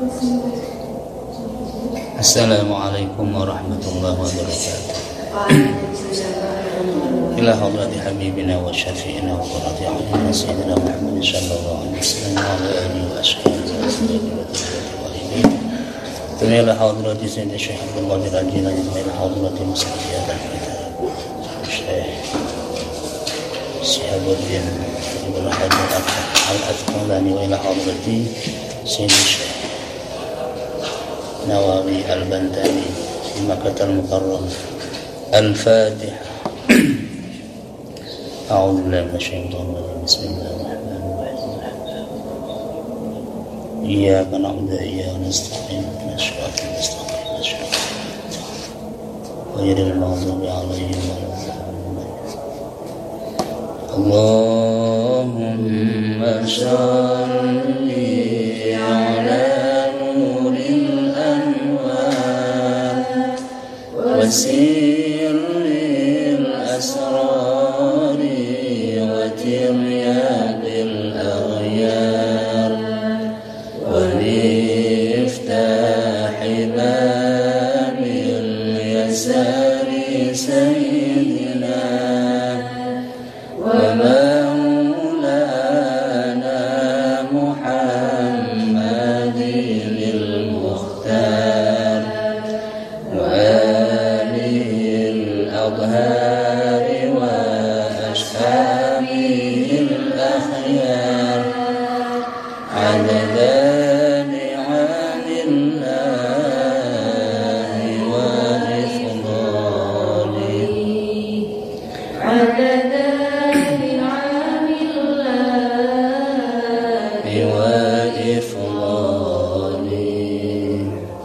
Assalamualaikum warahmatullahi wabarakatuh. Ila hadrati habibina wa syafi'ina wa qurrati a'yunina sayyidina Muhammad sallallahu alaihi wasallam wa ala alihi wa ashabihi wa sallam. Ila hadrati sayyidina Syekh Abdul Qadir Al-Jilani wa ila hadrati musafiyat Syekh Syihabuddin Ibnu Hajar Al-Asqalani wa ila hadrati sayyidina Syekh Nawawi Al-Bantani di Makkah Al-Mukarram. Al-Fatihah. A'udzu billahi minasyaitonir rajim. Bismillahirrahmanirrahim. Iyyaka na'budu wa iyyaka nasta'in. Ihdinas siratal mustaqim. Ghairil maghdubi 'alaihim waladdallin. Allahumma shalli 'ala وسير الأسرار وترياق الأغيار ومفتاح باب اليسار سيدنا ومولانا محمد المختار الأطهار وأصحابه الأخيار عدد نعم الله وإفضاله عدد نعم الله وإفضاله.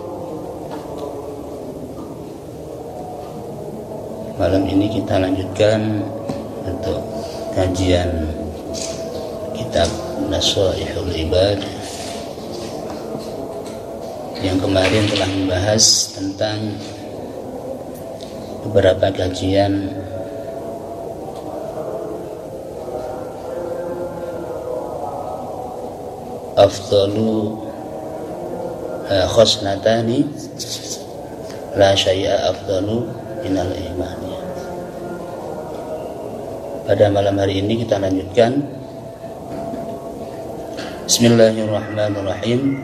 Malam ini kita lanjutkan untuk kajian kitab Nashaihul Ibad yang kemarin telah membahas tentang beberapa kajian afdalu khosnatani la syai'a afdalu minal iman. Pada malam hari ini kita lanjutkan. Bismillahirrahmanirrahim.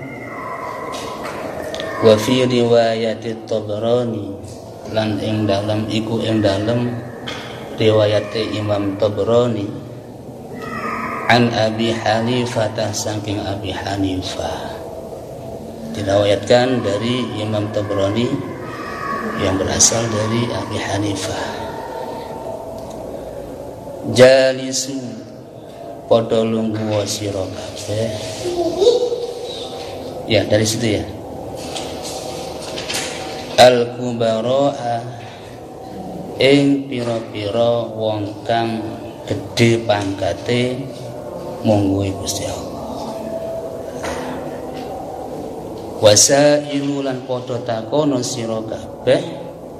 Wa fi riwayat Tabrani lan ing dalem iku ing dalem riwayat Imam Tabrani an Abi Hanifah saking Abi Hanifah, diriwayatkan dari Imam Tabrani yang berasal dari Abi Hanifah. Jalisu padha lungguh sira kabeh. Ya, dari situ ya. Al-kubara ing pira-pira wong kang gedhe pangkate mungguhe Gusti Allah. Wasailu lan padha takono sira kabeh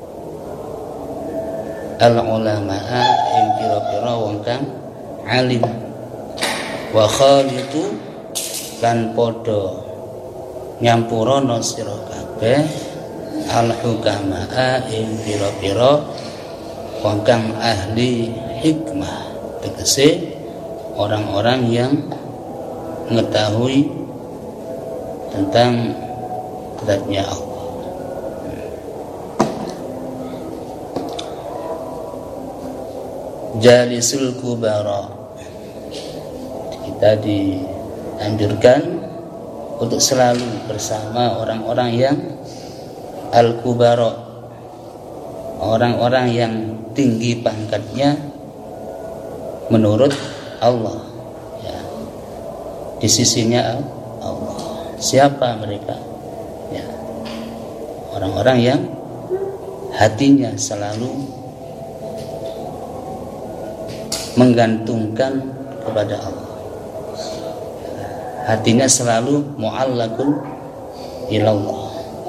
al-ulama'a ing pira-pira wong kang alim. Wa khalitu lan padha nyampurana sira kabeh al-hukama'a ing pira-pira wong kang ahli hikmah, tegese orang-orang yang mengetahui tentang zatnya Allah. Jalisul kubara, kita dianjurkan untuk selalu bersama orang-orang yang al-kubara, orang-orang yang tinggi pangkatnya menurut Allah ya, di sisinya Allah. Siapa mereka? Ya, orang-orang yang hatinya selalu menggantungkan kepada Allah, hatinya selalu mu'allaqun ilallah.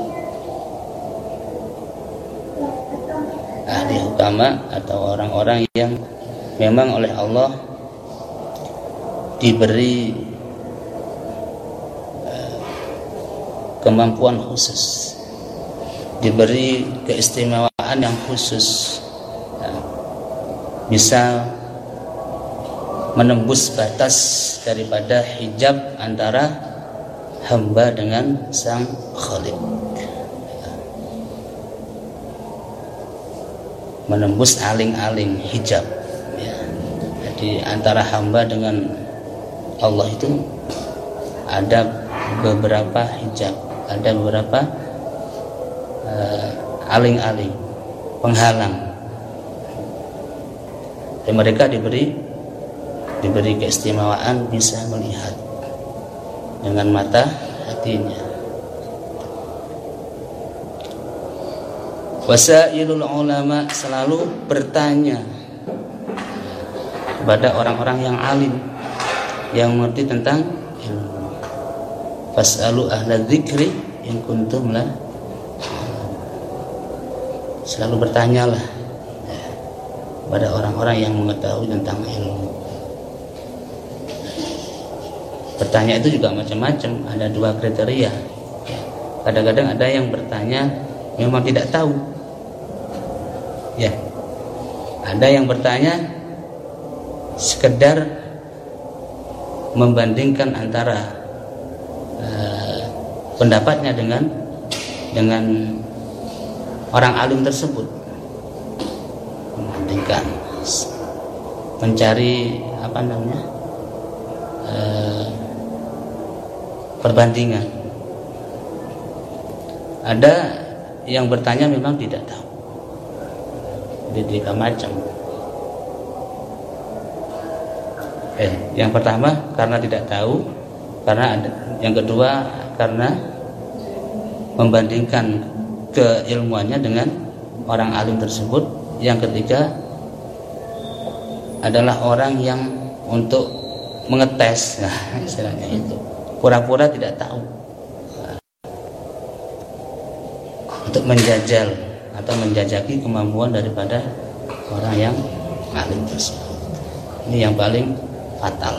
Ahli hukama atau orang-orang yang memang oleh Allah diberi kemampuan khusus, diberi keistimewaan yang khusus, bisa menembus batas daripada hijab antara hamba dengan sang Khalik, menembus aling-aling hijab ya. Jadi antara hamba dengan Allah itu ada beberapa hijab, ada beberapa aling-aling penghalang, dan mereka diberi keistimewaan bisa melihat dengan mata hatinya. Wasailul ulama, selalu bertanya kepada orang-orang yang alim, yang mengerti tentang ilmu. Fas'alu ahla dzikri in kuntum la. Selalu bertanyalah kepada orang-orang yang mengetahui tentang ilmu. Bertanya itu juga macam-macam, ada 2 kriteria. Kadang-kadang ada yang bertanya memang tidak tahu. Ya. Ada yang bertanya sekedar membandingkan antara pendapatnya dengan orang alim tersebut, membandingkan, mencari perbandingan. Ada yang bertanya memang tidak tahu, jadi 3 macam. Yang pertama karena tidak tahu, yang kedua karena membandingkan keilmuannya dengan orang alim tersebut, yang ketiga adalah orang yang untuk mengetes, istilahnya itu, pura-pura tidak tahu, untuk menjajal atau menjajaki kemampuan daripada orang yang alim tersebut. Ini yang paling fatal.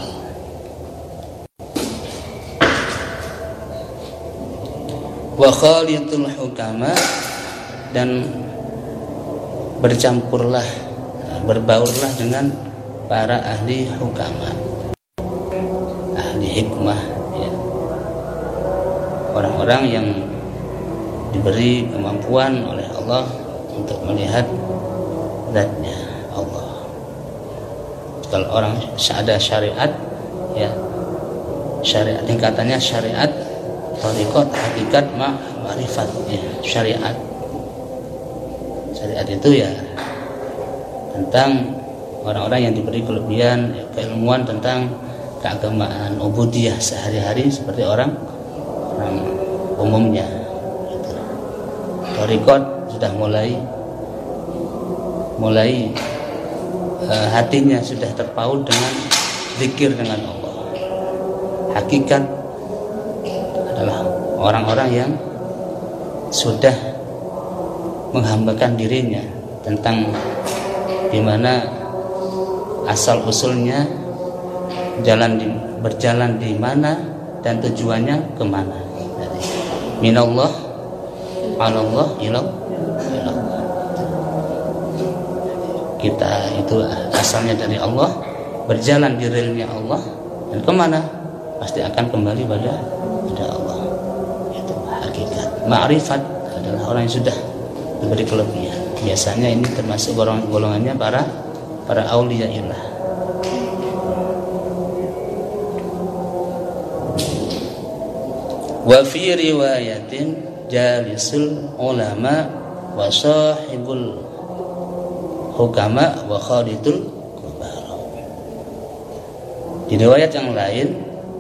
Wa khalitul hukama, dan bercampurlah, berbaurlah dengan para ahli hukama, ahli hikmah ya. Orang-orang yang diberi kemampuan oleh Allah untuk melihat zatnya Allah. Kalau orang ada syariat ya, syariat tingkatannya syariat, thariqat, hakikat, ma'rifat ya. Syariat itu ya tentang orang-orang yang diberi kelebihan keilmuan tentang keagamaan, ubudiyah sehari-hari seperti orang umumnya gitu. Thariqat sudah mulai hatinya sudah terpaut dengan zikir dengan Allah. Hakikat adalah orang-orang yang sudah menghambakan dirinya tentang di mana asal usulnya, berjalan di mana dan tujuannya kemana. Jadi, minallah, anallah, ilallah. Kita itu asalnya dari Allah, berjalan di relnya Allah, dan kemana? Pasti akan kembali pada Allah. Itu hakikat. Ma'rifat adalah orang yang sudah diberi kelebihan. Biasanya ini termasuk golongannya para auliyaillah. Wa fi riwayatin jalisul ulama wa sahibul hukama wa khalidul kubara. Di riwayat yang lain,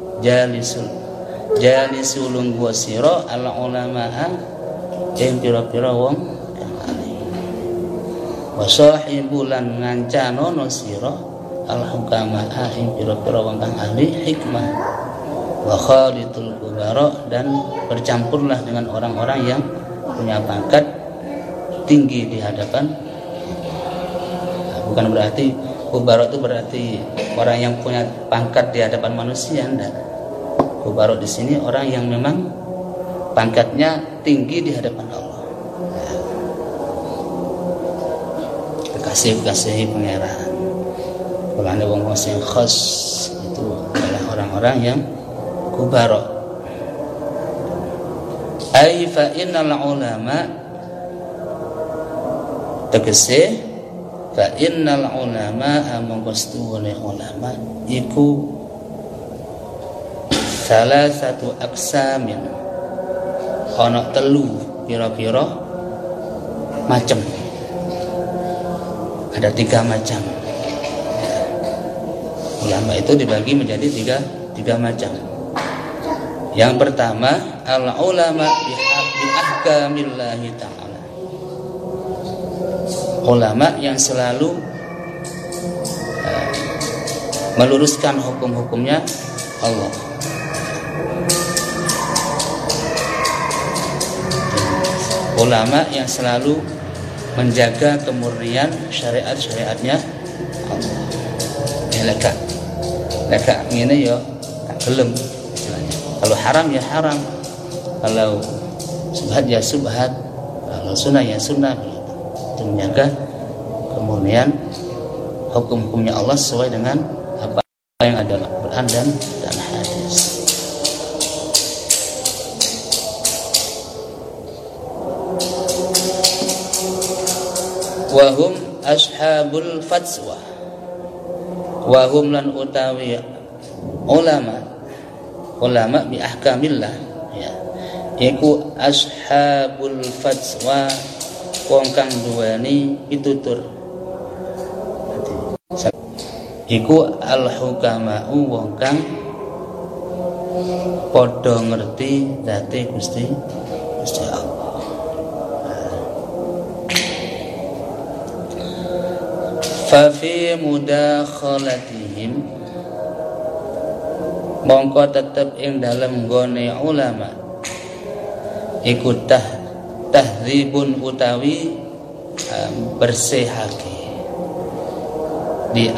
jalisulun wa sira al ulama'a yang pira-pira wong kang ahli. Wa sahibulan ngancanono sira al hukama'a yang pira-pira wong kang ahli hikmah. Wa khalidul kubara, dan bercampurlah dengan orang-orang yang punya pangkat tinggi di hadapan. Bukan berarti kubara itu berarti orang yang punya pangkat di hadapan manusia, enggak. Kubara di sini orang yang memang pangkatnya tinggi di hadapan Allah. Kekasih-kekasih pangeran. Kalau ada wong sing khas itu adalah orang-orang yang kubara. Ai fa innal ulama, tegese fa innal ulama amangkastuwane ulama iku salah satu aksamin, ana telu pira-pira macam, ada 3 macam. Ulama itu dibagi menjadi tiga macam. Yang pertama, al ulama bi ahkamillahi ta'ala, ulama yang selalu meluruskan hukum-hukumnya Allah. Ulama yang selalu menjaga kemurnian syariat-syariatnya Allah. Leka ngene ya gelem istilahnya. Kalau haram ya haram, kalau subhat ya subhat, kalau sunnah ya sunnah, begitu. Itu menjaga kemurnian hukum-hukumnya Allah sesuai dengan apa yang ada dalam Quran dan hadis. Wahum ashabul fatswa, wahum lan utawi ulama bi ahkamillah ya, iku ashabul fatswa, wong kang duweni pitutur. Iku al hukamau, wong kang padha ngerti dadi Gusti Allah. Fa fi mudakhalatihim, mongko tetep ing dalem gone ulama iku tahdzibun utawi bersihake di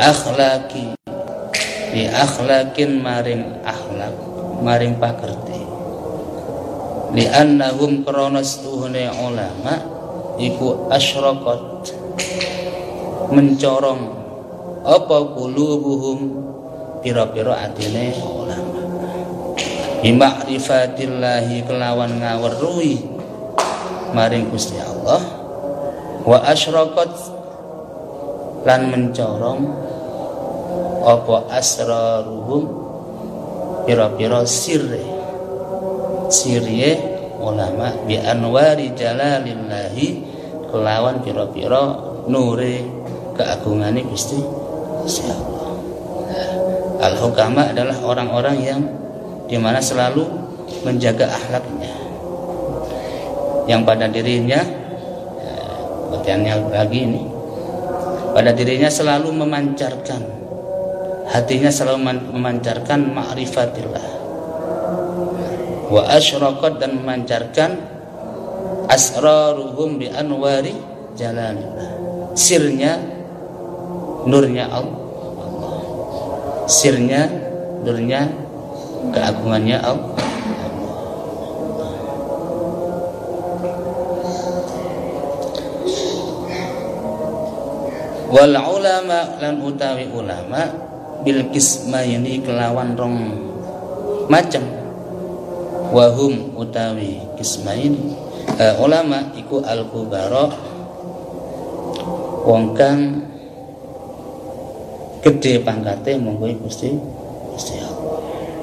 akhlakin maring akhlak maring pakerti, li annahum kronos tuhune ulama iku asyraqat mencorong apa qulubuhum pira-pira atine ulama bi ma'rifatillahi, kelawan ngaweruhi maring Gusti Allah, wa asyraqat lan mencorong apa asraruhum pira-pira sirre ulama bi anwari jalalillahi, kelawan pira-pira nure keagungane Gusti Allah. Al-hukama adalah orang-orang yang dimana selalu menjaga akhlaknya, yang pada dirinya bagiannya lagi ini, pada dirinya selalu memancarkan, hatinya selalu memancarkan ma'rifatillah, wa asyraqat, dan memancarkan asraruhum bi anwari jalalillah, sirnya nurnya Allah, sirnya nurnya keagungannya Allah. Wal ulama lan utawi ulama bil kismaini, kelawan rong macam, wahum utawi kismaini ulama iku al kubara, wong kang gede pangkate monggo Gusti Allah.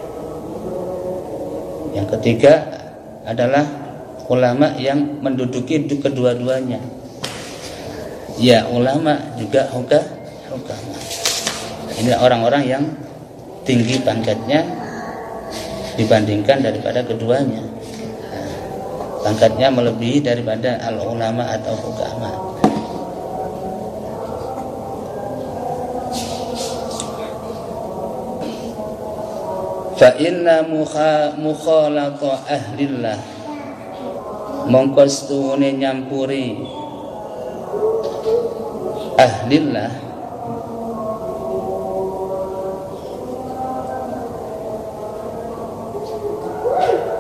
Yang ketiga adalah ulama yang menduduki kedua-duanya, ya ulama juga hukama. Ini orang-orang yang tinggi pangkatnya dibandingkan daripada keduanya. Pangkatnya melebihi daripada al-ulama atau hukama. Fa inna mukhalata ahlillah, mongko stune nyampuri ahlillah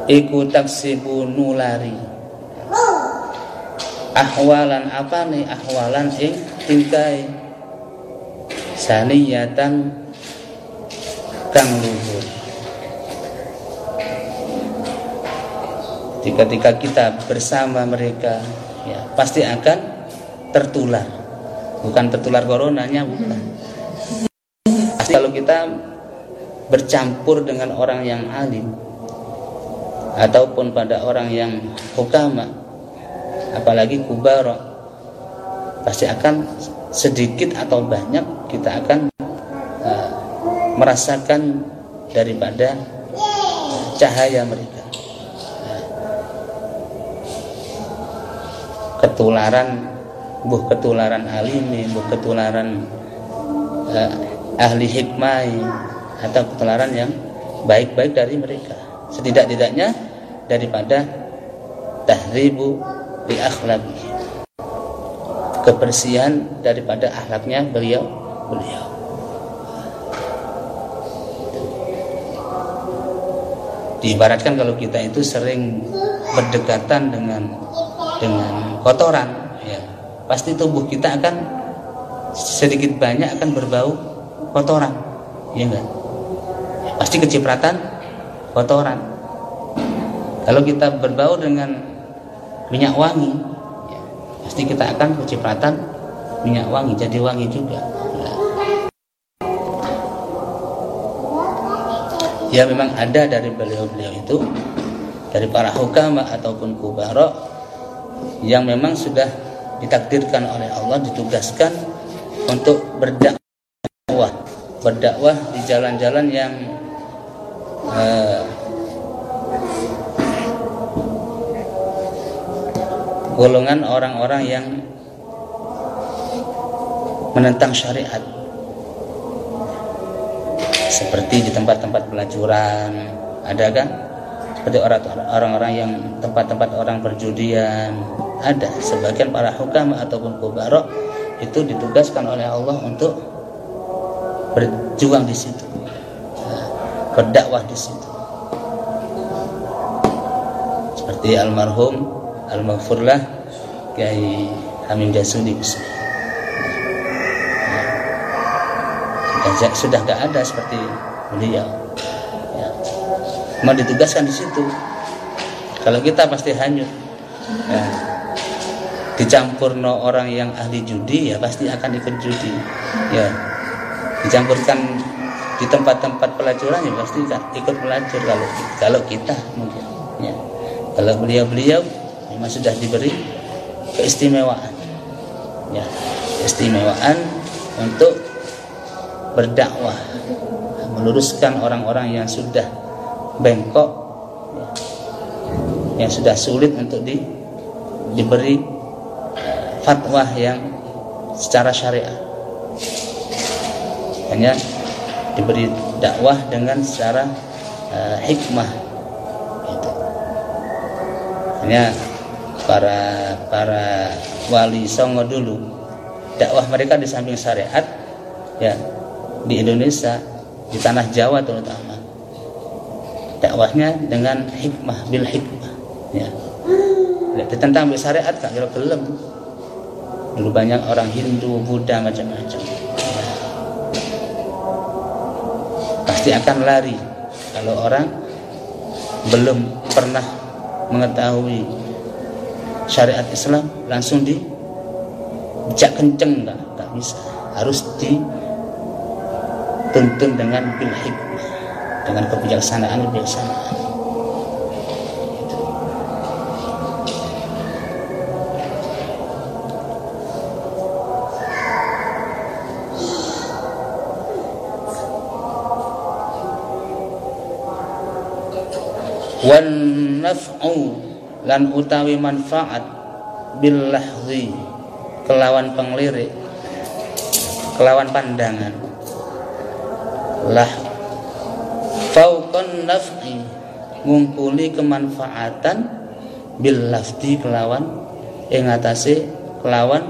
iku taksibu nulari ahwalan apa nih ahwalan ing tingkai saniyatan kang luhur. Ketika kita bersama mereka ya pasti akan tertular, bukan tertular coronanya, bukan. Pasti kalau kita bercampur dengan orang yang alim ataupun pada orang yang hukama, apalagi kubara, pasti akan sedikit atau banyak kita akan merasakan daripada cahaya mereka, ketularan alimi, ketularan ahli hikmah, atau ketularan yang baik-baik dari mereka, setidak-tidaknya daripada tahribu bi akhlaqi, kebersihan daripada akhlaknya beliau. Diibaratkan kalau kita itu sering berdekatan dengan kotoran ya, pasti tubuh kita akan sedikit banyak akan berbau kotoran, ya enggak? Pasti kecipratan kotoran. Kalau kita berbau dengan minyak wangi ya, pasti kita akan kecipratan minyak wangi, jadi wangi juga ya. Memang ada dari beliau-beliau itu, dari para hukama ataupun kubara, yang memang sudah ditakdirkan oleh Allah, ditugaskan untuk berdakwah di jalan-jalan yang golongan orang-orang yang menentang syariat, seperti di tempat-tempat pelacuran, ada kan? Seperti orang-orang yang tempat-tempat orang perjudian, ada. Sebagian para hukama ataupun kubara itu ditugaskan oleh Allah untuk berjuang di situ, berdakwah di situ. Seperti almarhum al-maghfurlah Kiai Hamim Jasudi sudah gak ada seperti beliau ya. Mau ditugaskan di situ. Kalau kita pasti hanyut ya. Dicampur orang yang ahli judi ya pasti akan ikut judi ya. Dicampurkan di tempat-tempat pelacuran ya pasti ikut pelacur kalau kita mungkin ya. Kalau beliau memang sudah diberi keistimewaan ya, keistimewaan untuk berdakwah, meluruskan orang-orang yang sudah bengkok ya, yang sudah sulit untuk diberi fatwa yang secara syariah, hanya diberi dakwah dengan secara hikmah gitu. Hanya para wali songo dulu, dakwah mereka di samping syariat ya, di Indonesia, di tanah Jawa terutama, dakwahnya dengan hikmah, bil hikmah ya. Tentang syariat kan kalau gelem. Dulu banyak orang Hindu, Buddha, macam-macam ya. Pasti akan lari kalau orang belum pernah mengetahui syariat Islam, langsung dijak kenceng, enggak bisa. Harus dituntun dengan bil hikmah, dengan kebijaksanaan. Wan naf'u lan utawi manfaat bil lahzi kelawan penglirik, kelawan pandangan. Lah fauqan naf'i ngumpuli kemanfaatan bil lafzi kelawan ing atase kelawan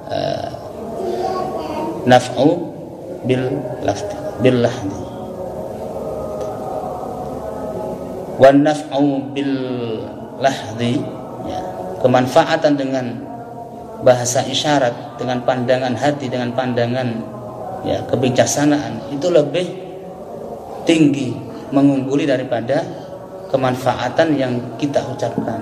naf'u bil lafzi bil lahzi. wan naf'u bil lahdi, ya, kemanfaatan dengan bahasa isyarat, dengan pandangan hati, dengan pandangan, ya, kebijaksanaan itu lebih tinggi, mengungguli daripada kemanfaatan yang kita ucapkan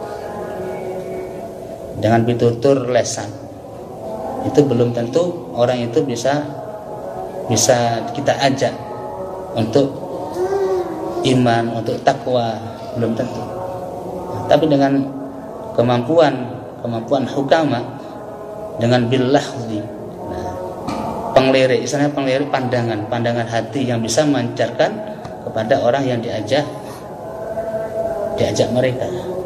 dengan pitutur lesan. Itu belum tentu orang itu bisa kita ajak untuk iman, untuk takwa, belum tentu. Tapi dengan kemampuan hukama, dengan bilahdi, penglirik, istilahnya penglirik pandangan hati yang bisa memancarkan kepada orang yang diajak mereka.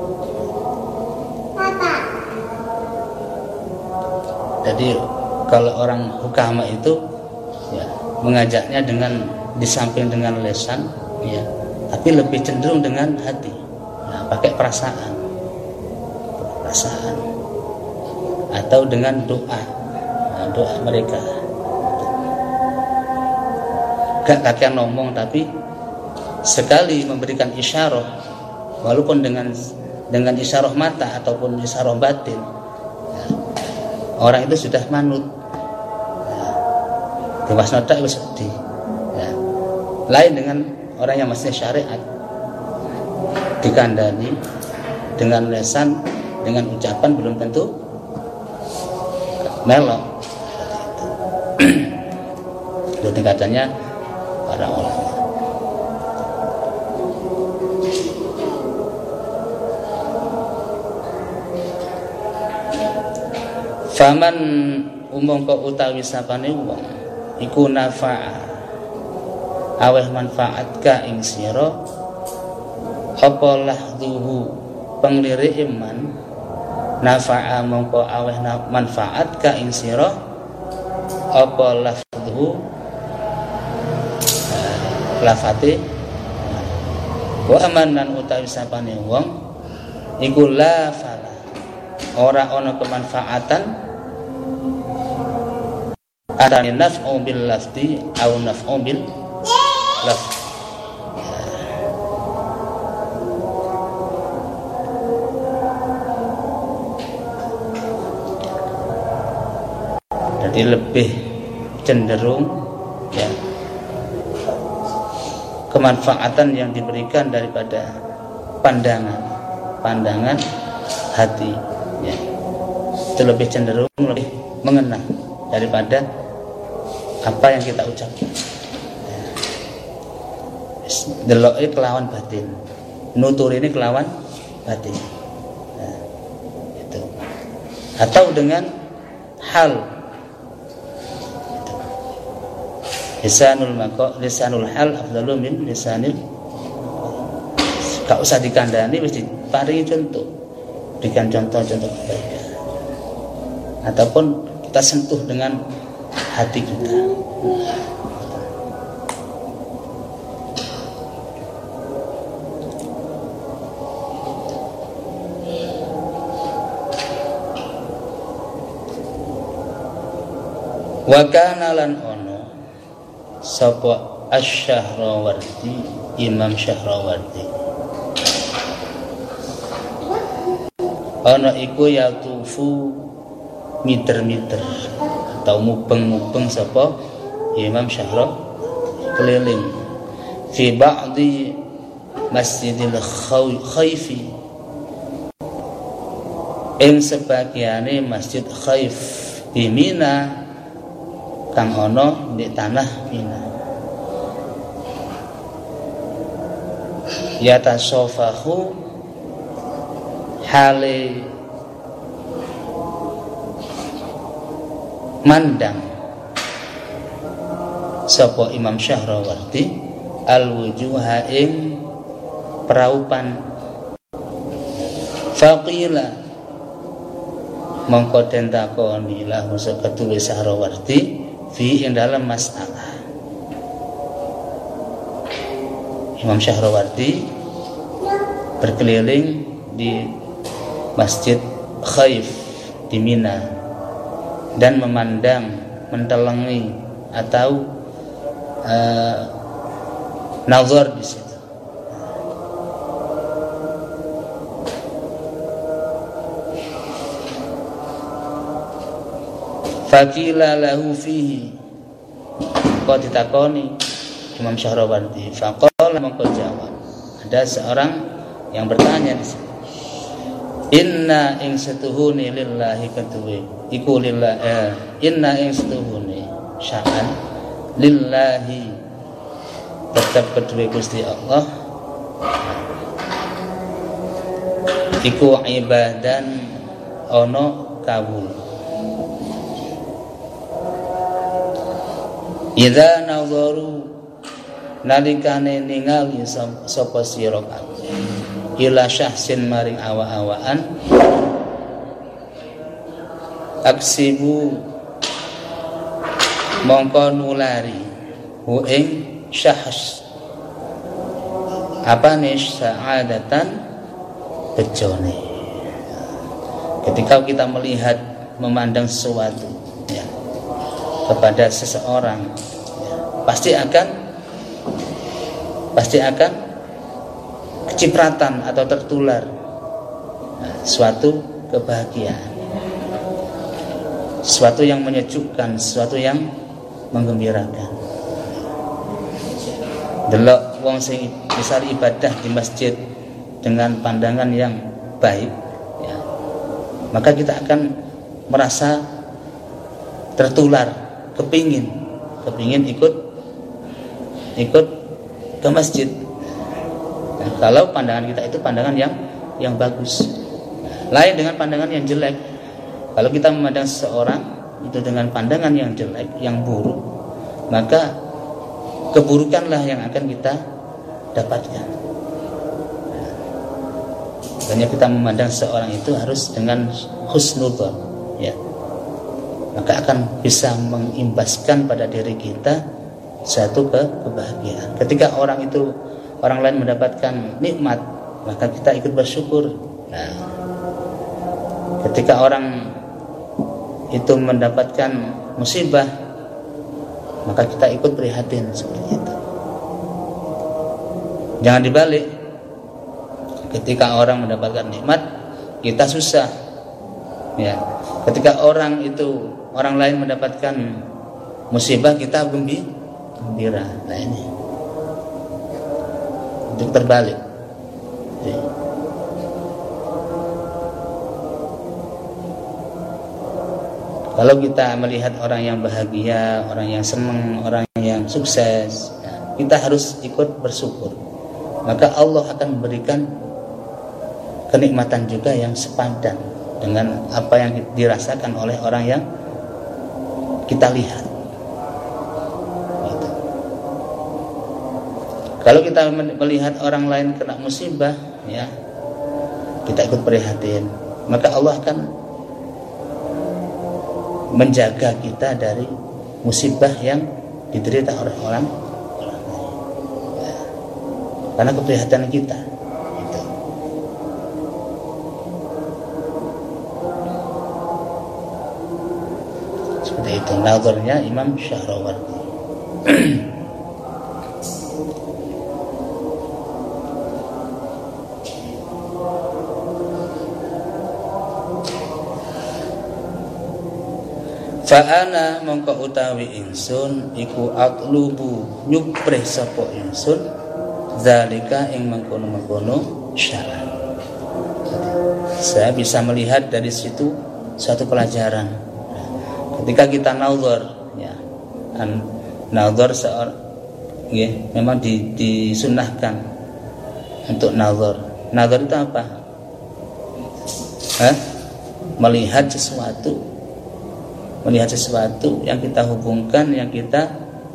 Jadi kalau orang hukama itu, ya, mengajaknya dengan di samping dengan lisan, ya, tapi lebih cenderung dengan hati, nah, pakai perasaan atau dengan doa mereka. Gak kakian ngomong, tapi sekali memberikan isyarah, walaupun dengan isyarah mata ataupun isyarah batin, ya, orang itu sudah manut. Dewas nodak itu sedih, ya. Lain dengan orang yang masih syariat, dikandani dengan lesan, dengan ucapan belum tentu melok. Itu tingkatannya para ulama. Faman umangka utawi sapane wong iku nafa'a aweh manfaat ka ing sira apa lahduhu penglirik iman, nafa'a mongko aweh manfaat ka ing sira apa lahduhu lafate wa amanan utawi sapane wong iku la fala ora ana kemanfaatan ada naf'u bil lafzi au naf'u bil lafz. Jadi lebih cenderung, ya, kemanfaatan yang diberikan daripada pandangan hati, ya, itu lebih cenderung, lebih mengena daripada apa yang kita ucapkan. Delok ini kelawan batin, nutur ini kelawan batin, nah, itu. Atau dengan hal, lisanul hal afdalu min lisanil. Gak usah dikandani, mesti paringi contoh, berikan contoh-contoh kebaikan, ataupun kita sentuh dengan hati kita. Wa kana lan ono sapa Asy-Syahrawardi, Imam Syahrawardi, ana iku ya tufu miter-miter atau mubeng-mubeng sapa Imam Syahrawardi keliling fi ba'di Masjidil Khaifi ing sebagiane Masjid Khaif di Mina kang ana di tanah Mina. Yatasofahu hale mandang sapa Imam Syahrawardi al-wujuha ing peraupan. Faqila mongko den takoni lahu sakatuwe Syahrawardi fi ing dalam masalah. Imam Syahrawardi berkeliling di Masjid Khaif di Mina dan memandang, mentelengi atau nazar di situ. Faqila lahu fihi, kau ditakoni Imam Syahrawardi, faqala mongko jawab. Ada seorang yang bertanya di sini. Inna ing setuhuni lillahi ketuwe iku lillah inna ing setuhuni sya'an lillahi tetap ketuwe Gusti Allah iku ibadan ono kawul. Idza nadharu nalikane ningali sapa sira kabeh ila syahsin maring awa-awaan aksibu mongko nulari hu ing syahs apane sa'adatan bejone. Ketika kita melihat memandang sesuatu ya, kepada seseorang ya, pasti akan kecipratan atau tertular suatu kebahagiaan, sesuatu yang menyejukkan, sesuatu yang menggembirakan. Delok wong sing misal ibadah di masjid dengan pandangan yang baik ya, maka kita akan merasa tertular, kepingin ikut ke masjid. Nah, kalau pandangan kita itu pandangan yang bagus, lain dengan pandangan yang jelek. Kalau kita memandang seseorang itu dengan pandangan yang jelek, yang buruk, maka keburukanlah yang akan kita dapatkan. Makanya kita memandang seseorang itu harus dengan husnudzon, ya, maka akan bisa mengimbaskan pada diri kita suatu kebahagiaan. Ketika orang lain mendapatkan nikmat, maka kita ikut bersyukur. Nah, ketika orang itu mendapatkan musibah, maka kita ikut prihatin seperti itu. Jangan dibalik. Ketika orang mendapatkan nikmat, kita susah. Ya. Ketika orang lain mendapatkan musibah, kita gembira. Nah ini untuk terbalik. Ya. Kalau kita melihat orang yang bahagia, orang yang senang, orang yang sukses, ya, kita harus ikut bersyukur. Maka Allah akan memberikan kenikmatan juga yang sepadan dengan apa yang dirasakan oleh orang yang kita lihat. Gitu. Kalau kita melihat orang lain kena musibah, ya, kita ikut prihatin, maka Allah akan menjaga kita dari musibah yang diderita oleh orang lain, ya, karena keprihatinan kita. Gitu. Seperti itu nazarnya Imam Syahrawardi. Fa'ana mongko utawi ingsun iku atlubu nyuprih sapa ingsun zalika ing mengkono-mengkono syarah. Saya bisa melihat dari situ satu pelajaran. Ketika kita nazar, ya, nazar seorang, ya, memang disunnahkan untuk nazar. Nazar itu apa? Melihat sesuatu yang kita hubungkan, yang kita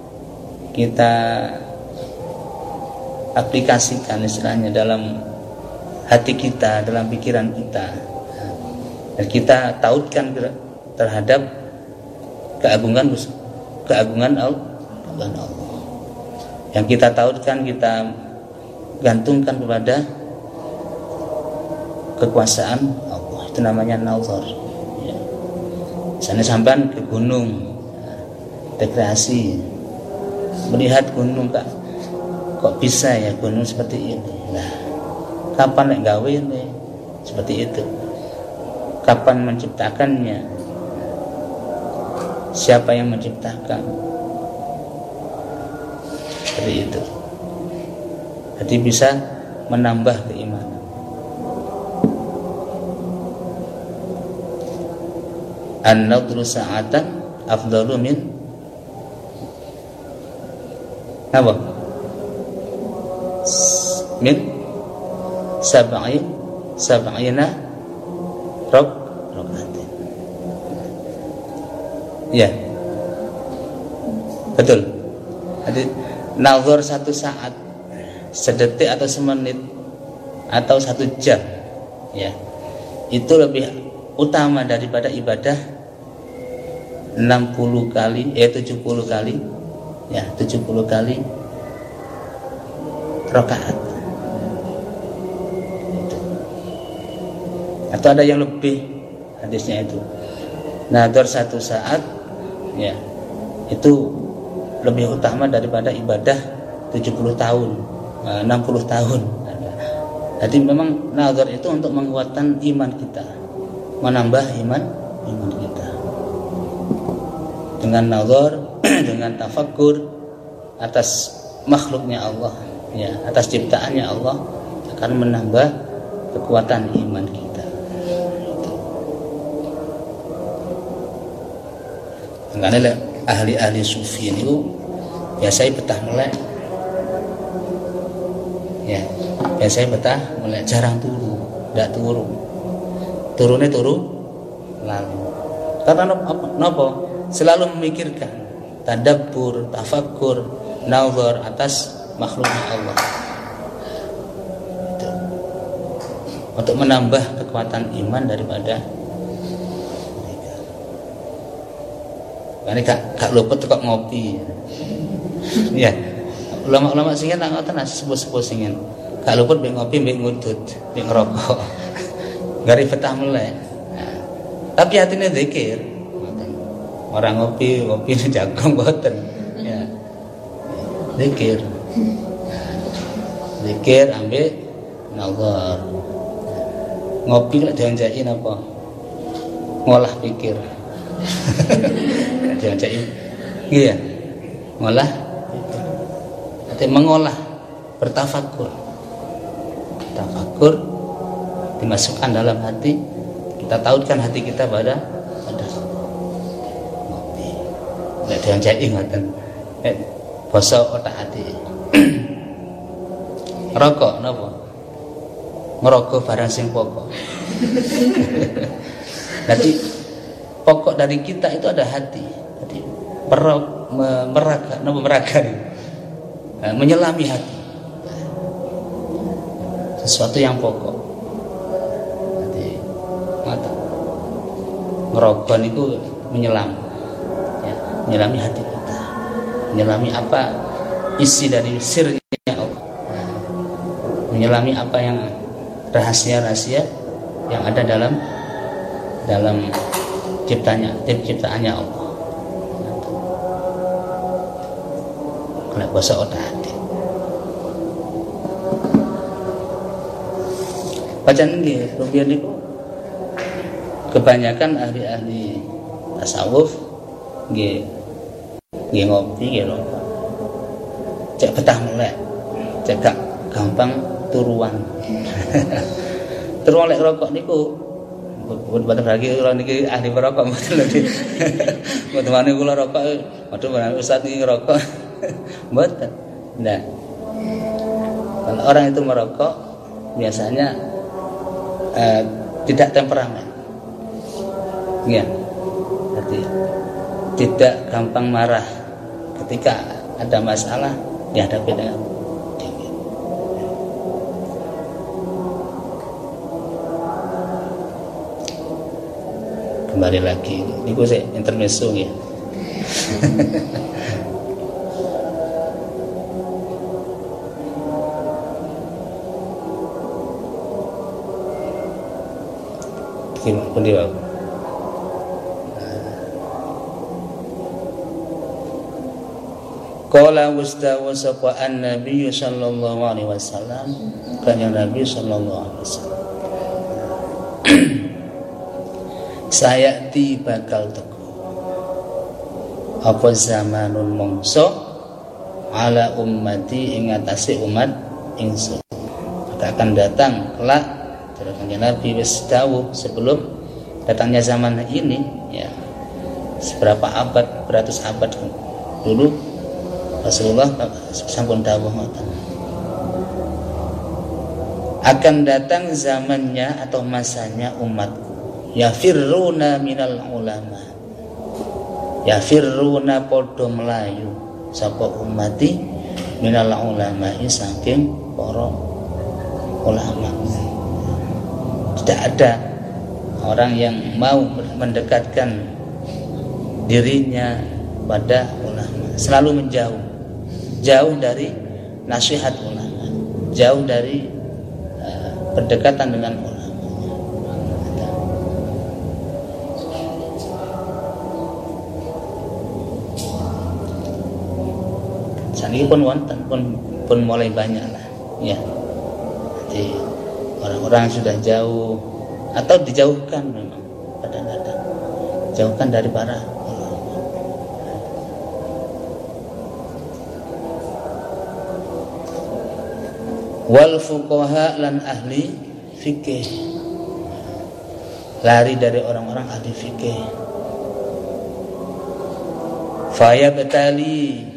aplikasikan istilahnya dalam hati kita, dalam pikiran kita, dan kita tautkan terhadap keagungan Allah. Yang kita tautkan, kita gantungkan kepada kekuasaan Allah, itu namanya nazar. Misalnya sampai ke gunung, rekreasi, melihat gunung, kok bisa ya gunung seperti ini. Nah, kapan nek gawe ini seperti itu? Kapan menciptakannya? siapa yang menciptakan. Seperti itu. Jadi bisa menambah keimanan. An-nadru sa'atan afdalu min apa? Min sab'ina rakaat. Ya. Betul. Jadi nazar 1 saat, sedetik atau semenit atau 1 jam, ya, itu lebih utama daripada ibadah 60 kali, 70 kali, ya, 70 kali rakaat. Atau ada yang lebih hadisnya itu. Nazar 1 saat, ya, itu lebih utama daripada ibadah 70 tahun, 60 tahun. Jadi memang nazar itu untuk menguatkan iman kita, menambah iman kita. Dengan nazar, dengan tafakkur atas makhluknya Allah, ya, atas ciptaannya Allah, akan menambah kekuatan iman kita. Makanya ahli-ahli sufi ini biasanya betah melek, ya, biasanya betah melek, jarang turu, tidak turu, turunnya lalu. Karena apa? Selalu memikirkan, tadabbur, tafakkur, nazar atas makhluknya Allah. Itu. Untuk menambah kekuatan iman daripada mereka. Karena gak luput kok ngopi. Ya. Ulama-ulama singen tak ngoten sepuh-sepuh singen. Gak luput mbek ngopi, mbek ngudut, mbek ngerokok. Gari betah melek. Nah, tapi hatinya zikir. Orang ngopi jagung boten, ya. Zikir ambek nazar. Ngopi lek dianjakin apa? Ngolah pikir. Dianjakin. Iya. Ngolah pikir. Arti mengolah, bertafakur. Tafakur dimasukkan dalam hati, kita tautkan hati kita pada nek dianjaki ngoten. Basa otak ati. Rokok napa? Ngerokok barang sing pokok. Jadi pokok dari kita itu ada hati. Jadi menyelami hati. Sesuatu yang pokok. Jadi mata. Ngerokok niku menyelam. Menyelami hati kita, menyelami apa isi dari sirnya Allah, menyelami apa yang rahasia-rahasia yang ada dalam ciptaannya Allah. Kena bahasa otak hati. Bacaan ini, rupiah itu kebanyakan ahli-ahli tasawuf nggih ngopi nggih lho. Cek betah melek. Cek gak gampang turuan. Turuan lek rokok niku mboten lagi kula niki ahli rokok mboten lagi. Mboten wani kula rokok, waduh menawi ustaz niki ngerokok. Mboten. Nah. Kalau orang itu merokok biasanya tidak temperamen. Ya. Jadi tidak gampang marah ketika ada masalah dihadapi dengan dingin. Kembali lagi, ini gue sih intermezzo ya. Gimana pun dia. Qala wastawasa an-nabiy sallallahu alaihi wasallam, kanjeng Nabi sallallahu alaihi wasallam. Saya bakal teko apa zamanun mongso ala ummati ing atase umat ingsun. Maka akan datang kelak dari kanjeng Nabi wis dawuh sebelum datangnya zaman ini ya, seberapa abad, beratus abad dulu Rasulullah sampun dawuh ngoten. Akan datang zamannya atau masanya umatku yafirruna minal ulama, yafirruna podo melayu sapa umati minal ulama saking para ulama. Tidak ada orang yang mau mendekatkan dirinya pada ulama, selalu menjauh, jauh dari nasihat ulama, jauh dari berdekatan dengan ulama. Ini pun wonten, pun mulai banyak lah ya. Jadi orang-orang sudah jauh atau dijauhkan memang kadang-kadang jauhkan dari para ulama. Wal fuqaha lan ahli fikih, lari dari orang-orang ahli fikih. Faya betali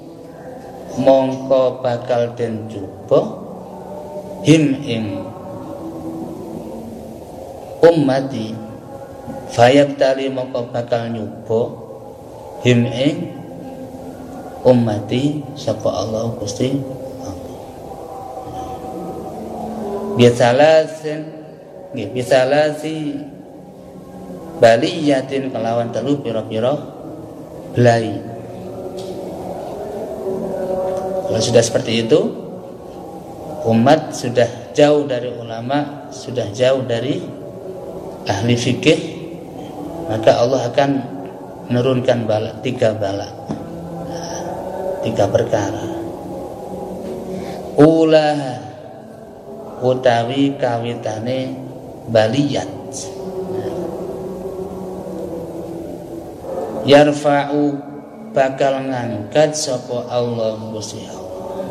mongko bakal den coba him ing ummati, fayabtali mongko bakal nyoba him ing ummati sapa Allah Gusti Allah. Bisalasi baliyatin kelawan telu pira-pira belai. Kalau sudah seperti itu, umat sudah jauh dari ulama, sudah jauh dari ahli fikih, maka Allah akan menurunkan bala, 3 bala, 3 perkara. Ulah utawi kawitane baliyat, yarfa'u bakal ngangkat sapa Allah Gusti Allah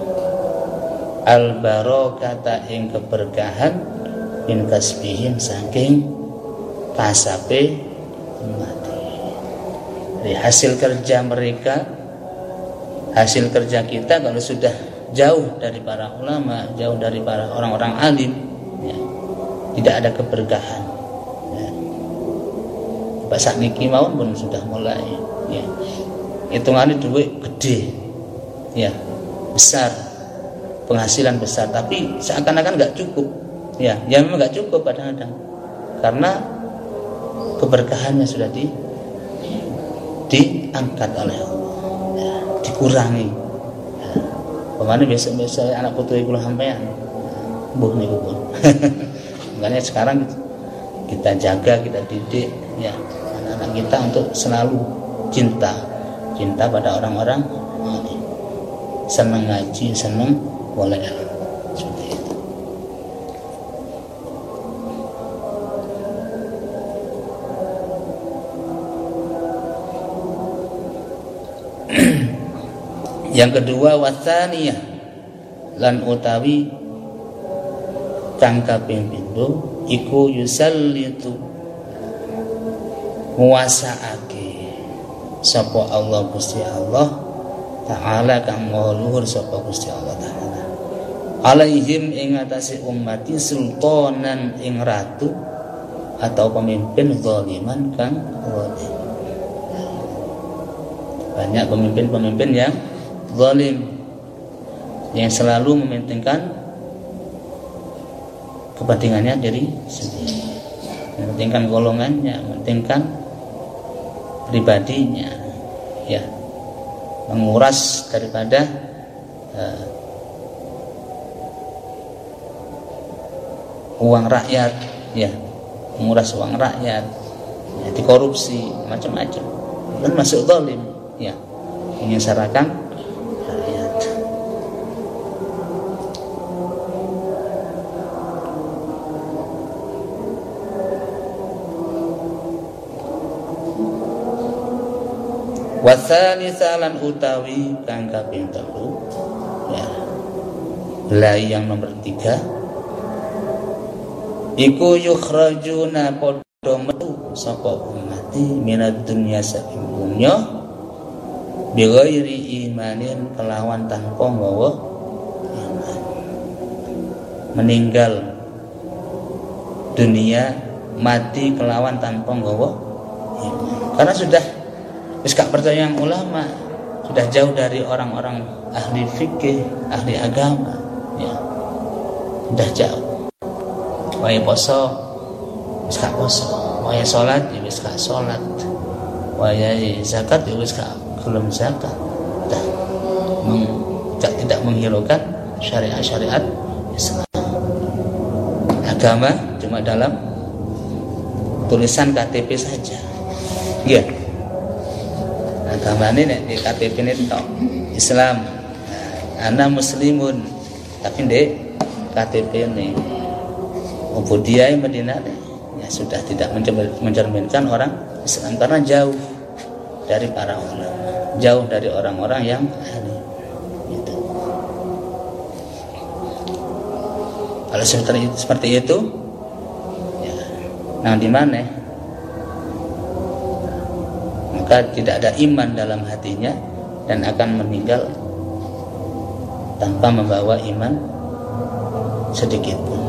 al barokata ing keberkahan min kasbihim saking kasabe umat. Dari hasil kerja mereka, hasil kerja kita kalau sudah jauh dari para ulama, jauh dari para orang-orang alim ya, tidak ada keberkahan ya. Pak sakniki mawon pun sudah mulai ya, hitungannya duit gede ya, besar, penghasilan besar, tapi seakan-akan nggak cukup ya, ya memang nggak cukup kadang-kadang karena keberkahannya sudah diangkat oleh Allah ya, dikurangi ya. Pemane biasa-biasa anak putu kula sampean mbuh niku pun makanya sekarang kita jaga, kita didik ya anak-anak kita untuk selalu cinta pada orang-orang senang ngaji, senang boleh seperti itu. Yang kedua wasaniyah lan utawi kang kaping pindho iku yusallitu nguwasaake sapa Allah Gusti Allah Ta'ala kang maha luhur sapa Gusti Allah Ta'ala alaihim ing atase ummati sultanan ing ratu atau pemimpin zaliman kang zalim. Banyak pemimpin-pemimpin yang zalim yang selalu mementingkan kepentingannya diri sendiri, mementingkan golongannya, mementingkan pribadinya ya, menguras daripada uang rakyat ya, menguras uang rakyat ya, dikorupsi macam-macam, dan masuk zalim ya, menyengsarakan rakyat. Wasalisalan utawi kang kaping 3 ya. Lai yang nomor 3 iku yukhrajuna padha metu sapa umat minad dunya saking dunya bi ghairi imanin kelawan tanpa nggawa iman. Meninggal dunia mati kelawan tanpa nggawa iman. Karena sudah wis gak percaya yang ulama, sudah jauh dari orang-orang ahli fikih, ahli agama ya. Sudah jauh. Wae poso wis gak poso, wae salat ya wis gak salat, wae zakat ya wis gak belum zakat. Tidak menghiraukan syariat-syariat Islam. Agama cuma dalam tulisan KTP saja. Iya. Agama ini di KTP ini tok Islam. Ana muslimun. Tapi di KTP ini Ubudiyah Madinah ya sudah tidak mencerminkan orang Islam karena jauh dari para ulama, jauh dari orang-orang yang ahli. Gitu. Kalau seperti itu, ya, nah di mana? Maka tidak ada iman dalam hatinya dan akan meninggal tanpa membawa iman sedikit pun.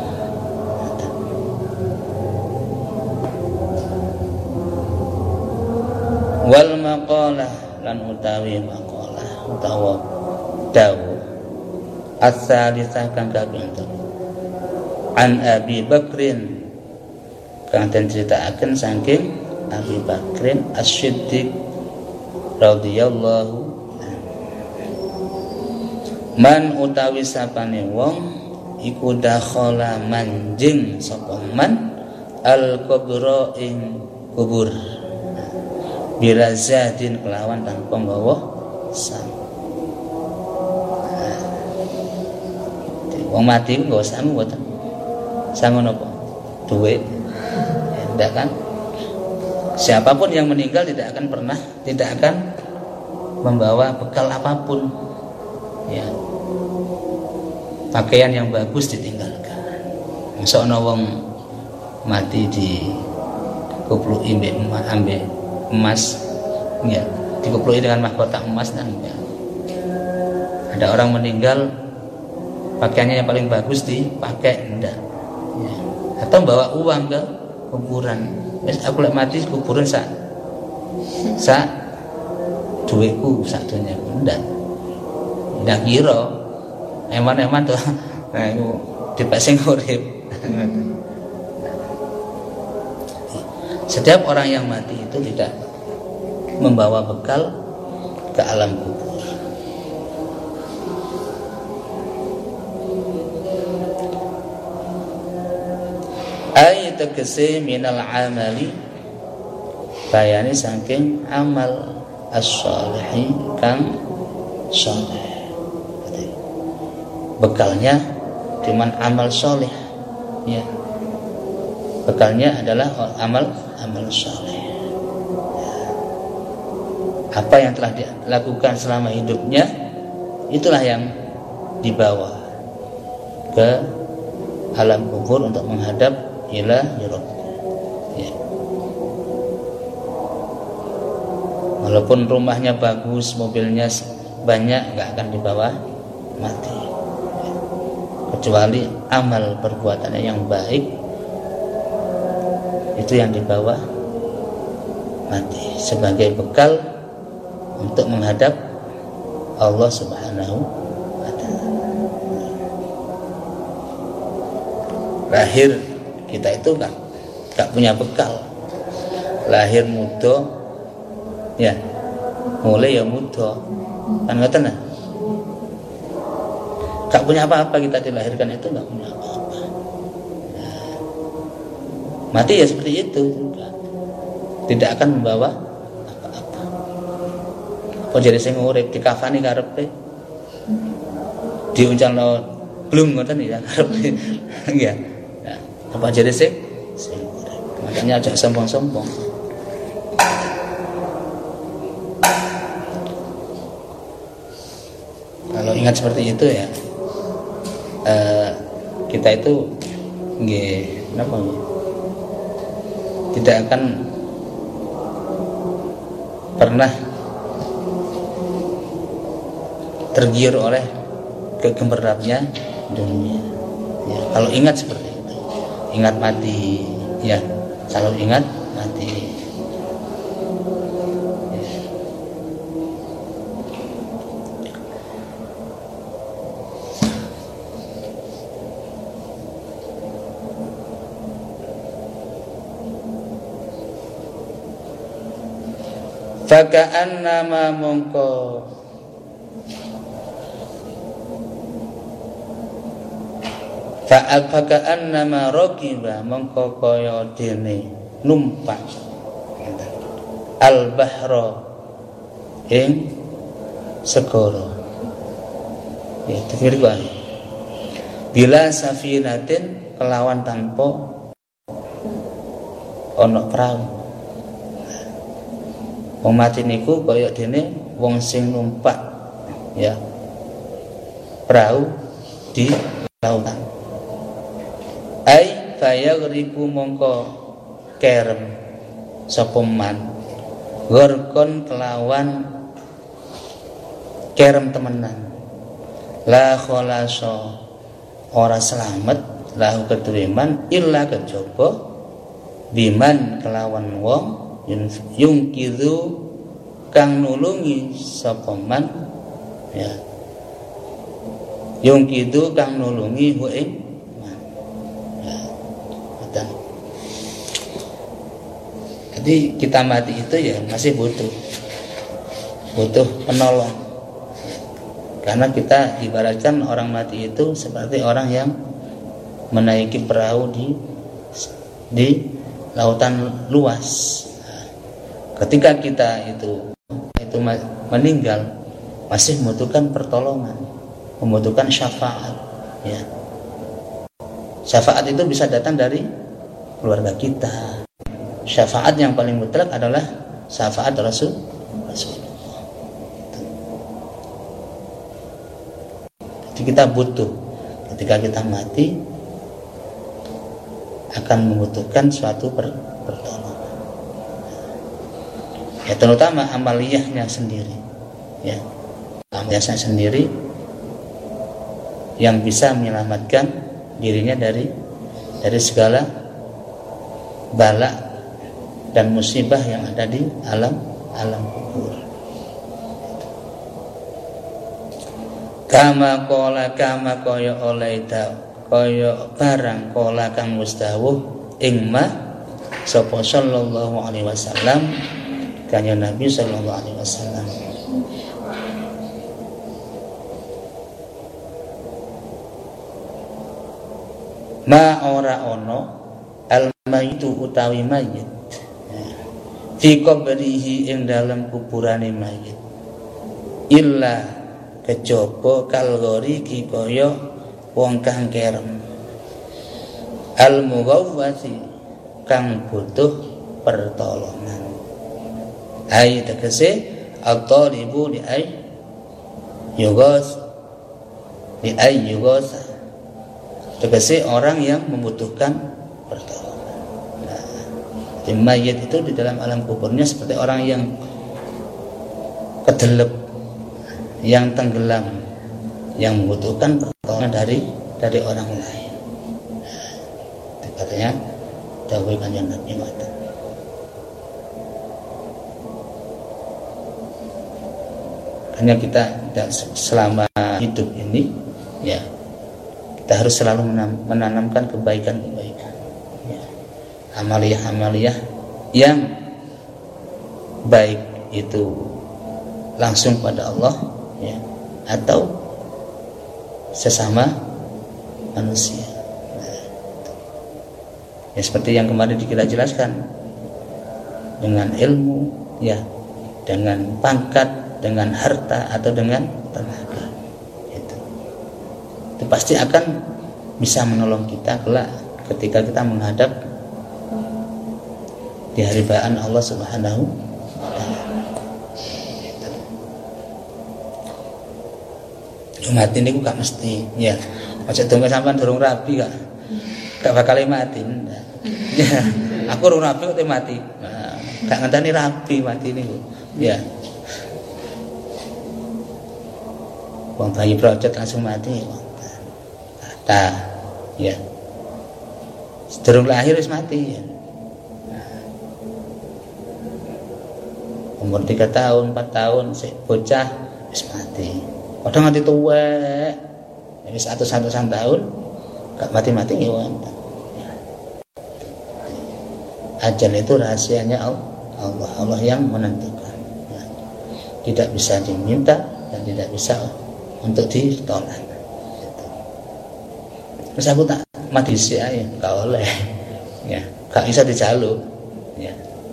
Wal maqalah lan utawi maqalah utawa dawu as-salisah kang kaping 3 an Abi Bakrin kang den critakaken saking Abi Bakrin As-Siddiq radhiyallahu man utawi sapane wong iku dakhala manjing sapa man al-kubra ing kubur birazadin kelawan tanpa bawa sang. Wong mati nggo sang mboten. Sang napa? Duit. Enggak kan? Siapapun yang meninggal tidak akan membawa bekal apapun. Ya. Pakaian yang bagus ditinggalkan. Masa ana wong mati di kupluki ambek emas ya, dikuplui dengan mahkota emas dan ya. Ada orang meninggal pakaiannya yang paling bagus dipakai enggak ya. Atau bawa uang ke kuburan, wis aku lek mati kuburan sak duitku sak dunya enggak kira eman-eman tuh nah iku dipek sing urip. Setiap orang yang mati itu tidak membawa bekal ke alam kubur. Ayat tegese minal amali bayani saking amal as-shalihi kang saleh. Bekalnya cuman amal saleh ya. Bekalnya adalah amal saleh. Apa yang telah dilakukan selama hidupnya itulah yang dibawa ke alam kubur untuk menghadap ila Rabb. Ya. Walaupun rumahnya bagus, mobilnya banyak, nggak akan dibawa mati. Ya. Kecuali amal perbuatannya yang baik itu yang dibawa mati sebagai bekal untuk menghadap Allah Subhanahu wa ta'ala. Lahir kita itu gak punya bekal. Lahir muda ya, mulai ya muda. Kan ngoten nah. Gak punya apa-apa, kita dilahirkan itu gak punya apa-apa. Nah, mati ya seperti itu juga. Tidak akan membawa apa-apa. Apa jadi sing urip dikafani karepe. Diuncalno belum ngoten ya karepe. Ya. Nah, apa jadi sing urip. Makanya aja sombong-sombong. ingat seperti itu ya, kita itu tidak akan pernah tergiur oleh kegemerlapnya dunia ya, kalau ingat seperti itu. Ingat mati ya, selalu ingat mati. Faka'annama mongko faka'annama raqiba mongko kaya dene numpak al-bahra ing segara ya tafsir wae bila safinatin kelawan tanpa ana perahu. Wong mati niku kaya dene wong sing numpak ya perahu di lautan. Ai fayaghriqu mongko kerem sapa man gharqon kelawan kerem temenan. La khalasa ora selamat lahu kedreman illa kejaba biman kelawan wong yungkidu kang nulungi sapa man ya yungkidu kang nulungi hu ing man ya betul. Jadi kita mati itu ya masih butuh penolong, karena kita ibaratkan orang mati itu seperti orang yang menaiki perahu di lautan luas. Ketika kita itu meninggal masih membutuhkan pertolongan, membutuhkan syafaat ya. Syafaat itu bisa datang dari keluarga kita. Syafaat yang paling mutlak adalah syafaat Rasulullah. Jadi kita butuh, ketika kita mati akan membutuhkan suatu pertolongan. Ya terutama amaliyahnya sendiri ya, amaliyahnya sendiri yang bisa menyelamatkan dirinya dari segala bala dan musibah yang ada di alam kubur. Kama kaya olaida kaya barang kola kang mustawuh ing ma sapa sallallahu alaihi wasallam kanjeng Nabi sallallahu alaihi wasallam. Ma ora ono al mayitu utawi mayit fi qabrihi ing dalam kuburane mayit illa kejaba kalgori ki kaya wong kang kerem al mughawwasi kang butuh pertolongan. Ai tegese at-talibu li ai yughas tegese orang yang membutuhkan pertolongan. Nah, mayit itu di dalam alam kuburnya seperti orang yang kedelep, yang tenggelam, yang membutuhkan pertolongan dari orang lain. Nah, katanya dawuh kanjeng Nabi ngoten. Hanya kita selama hidup ini ya kita harus selalu menanamkan kebaikan-kebaikan ya. Amaliyah-amaliyah yang baik itu langsung pada Allah ya, atau sesama manusia ya, seperti yang kemarin kita jelaskan, dengan ilmu ya, dengan pangkat, dengan harta atau dengan tenaga itu pasti akan bisa menolong kita kelak ketika kita menghadap di haribaan Allah Subhanahu wa taala. mati niku gak mesti ya. Aja donga sampean durung rabi gak bakal mati. Ya, aku urung rabi kok mati. Nah, gak ngenteni rabi mati niku. Ya. Wong bayi procet langsung mati. Nah, ya. Sedurung lahir wis mati ya. Umur 3 tahun, 4 tahun sik bocah wis mati. Padahal nganti tuwek. Wis 100-100 tahun gak mati-mati ya wonten. Ajal itu rahasianya Allah. Allah yang menentukan. Ya. Tidak bisa diminta dan tidak bisa untuk ditolak. Gitu. Terus aku tak mati sih aja, gak oleh. Ya, gak bisa dijaluk. Ya.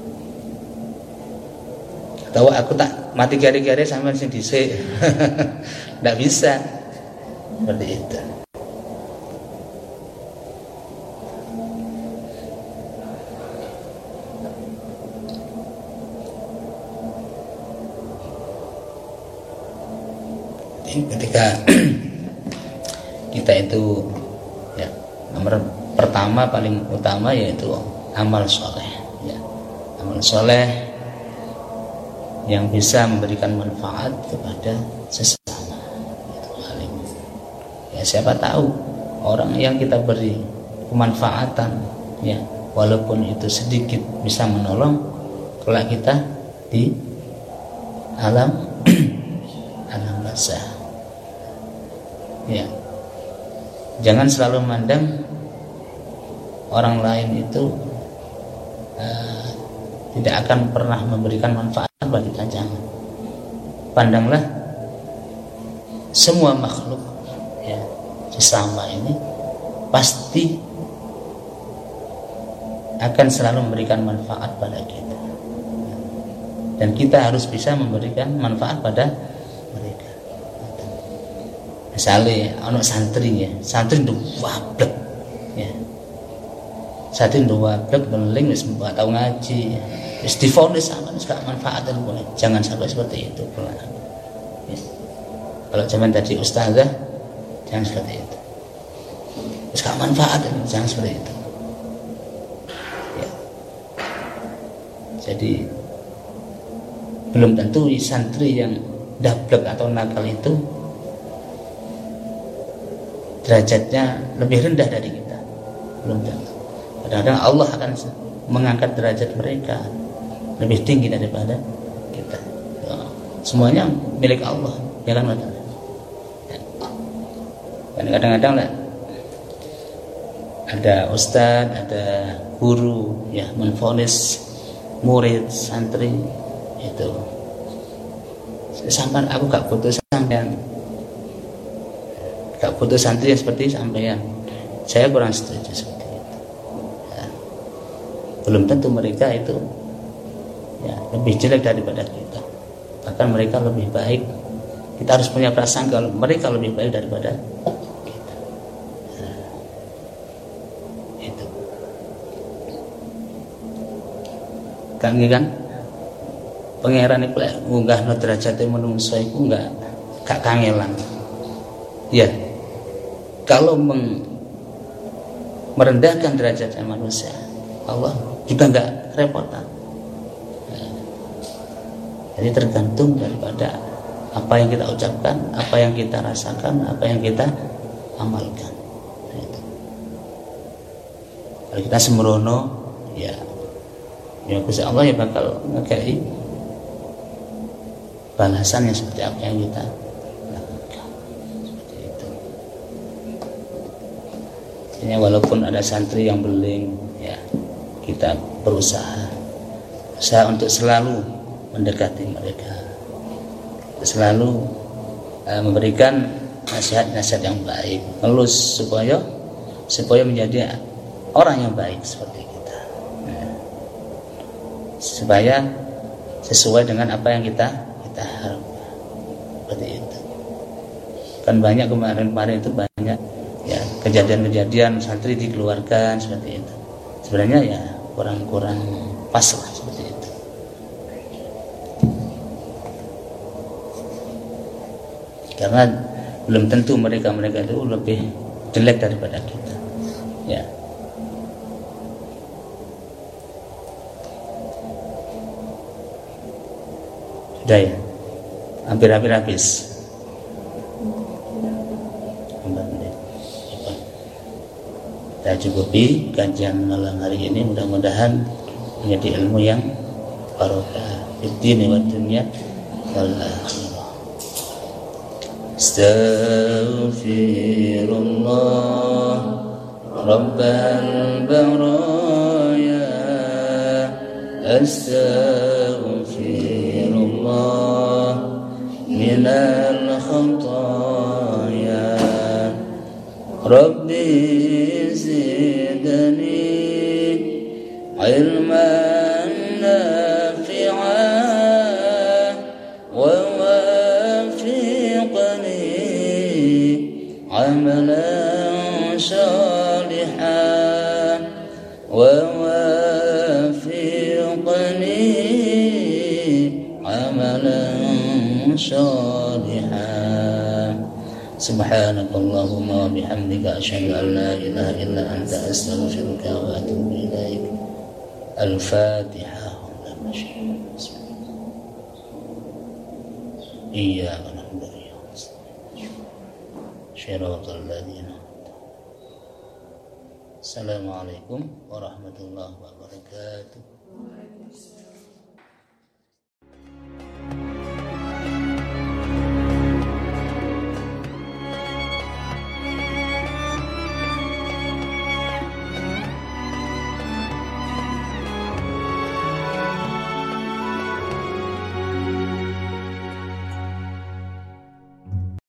Tahu aku tak mati kari-kari sampai sing dhisik. Ndak bisa. Seperti itu. Ketika kita itu ya, nomor pertama paling utama yaitu amal soleh ya. Amal soleh yang bisa memberikan manfaat kepada sesama itu alim. Ya siapa tahu orang yang kita beri kemanfaatan ya walaupun itu sedikit bisa menolong kelak kita di alam barzah. Ya, jangan selalu memandang orang lain itu tidak akan pernah memberikan manfaat bagi kita. Jangan. Pandanglah semua makhluk ya sesama ini pasti akan selalu memberikan manfaat pada kita, dan kita harus bisa memberikan manfaat pada mereka. Misalnya anak santri ya, santri ndu wablek ya. Santri ndu wablek beling wis mbak tau ngaji. Wis difonis sampean gak manfaat boleh. Jangan sampai seperti itu. Ya. Kalau zaman tadi ustazah jangan seperti itu. Wis gak manfaat jangan seperti itu. Ya. Jadi belum tentu santri yang dablek atau nakal itu derajatnya lebih rendah dari kita, belum tentu. Kadang-kadang Allah akan mengangkat derajat mereka lebih tinggi daripada kita. Semuanya milik Allah, ya kan? Dan kadang-kadang lah ada ustadz, ada guru, ya menvonis murid, santri itu. Sampai aku gak butuh sampean. Gak butuh santri yang seperti sampean. Saya kurang setuju seperti itu. Ya. Belum tentu mereka itu ya, lebih jelek daripada kita. Bahkan mereka lebih baik. Kita harus punya prasangka kalau mereka lebih baik daripada kita. Ya. Itu. Kan pangeran iku lek ngunggahno derajate manungsa iku gak kangelan. Ya. Kalau merendahkan derajat manusia, Allah juga enggak repotan. Jadi tergantung daripada apa yang kita ucapkan, apa yang kita rasakan, apa yang kita amalkan. Kalau kita sembrono, ya Gusti Allah ya bakal ngekei balasan yang seperti apa yang kita lakukan. Seperti itu. Artinya walaupun ada santri yang beling, ya kita berusaha untuk selalu mendekati mereka, selalu memberikan nasihat-nasihat yang baik, melus supaya menjadi orang yang baik seperti kita, supaya sesuai dengan apa yang kita harapkan. Seperti itu. Kan banyak kemarin itu banyak ya kejadian-kejadian santri dikeluarkan seperti itu. Sebenarnya ya kurang pas lah seperti itu. Karena belum tentu mereka itu lebih jelek daripada kita. Ya. Sudah ya, hampir habis. Kita cukupi kajian malam hari ini, mudah-mudahan menjadi ilmu yang barokah di dunia wa dunya wal akhirah. Astaghfirullah Rabbal baraya, astaghfirullah minal khataya, Rabbi زدني علما نافعا ووافقني عملا صالحا ووافقني عملا صالحا. Subhanakallahumma wa bihamdika asyhadu an la ilaha illa anta astaghfiruka wa atubu ilaik. Al-Fatihah. Iyyaka na'budu wa iyyaka nasta'in. Shiratal ladzina. Assalamualaikum warahmatullahi wabarakatuh.